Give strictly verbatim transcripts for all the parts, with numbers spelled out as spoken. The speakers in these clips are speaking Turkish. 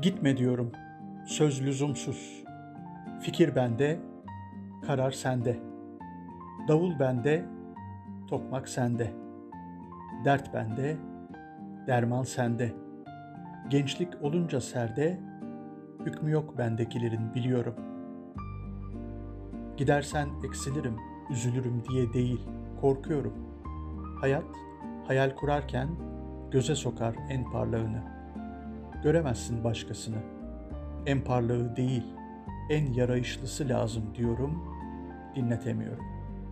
Gitme diyorum, söz lüzumsuz. Fikir bende, karar sende. Davul bende, tokmak sende. Dert bende, derman sende. Gençlik olunca serde, hükmü yok bendekilerin biliyorum. Gidersen eksilirim, üzülürüm diye değil, korkuyorum. Hayat, hayal kurarken göze sokar en parlağını. Göremezsin başkasını. En parlağı değil, en yarayışlısı lazım diyorum, dinletemiyorum.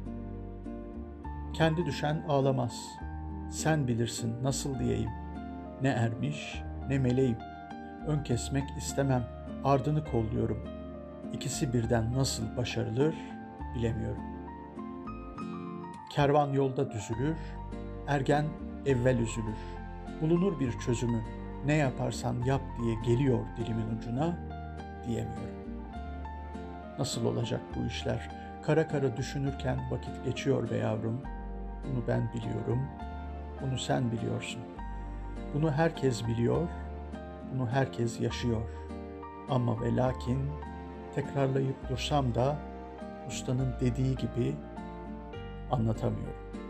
Kendi düşen ağlamaz. Sen bilirsin nasıl diyeyim. Ne ermiş ne meleğim. Ön kesmek istemem, ardını kolluyorum. İkisi birden nasıl başarılır bilemiyorum. Kervan yolda düzülür, ergen evvel üzülür. Bulunur bir çözümü, ne yaparsan yap diye geliyor dilimin ucuna, diyemiyorum. Nasıl olacak bu işler? Kara kara düşünürken vakit geçiyor be yavrum. Bunu ben biliyorum, bunu sen biliyorsun. Bunu herkes biliyor, bunu herkes yaşıyor. Ama ve lakin tekrarlayıp dursam da ustanın dediği gibi anlatamıyorum.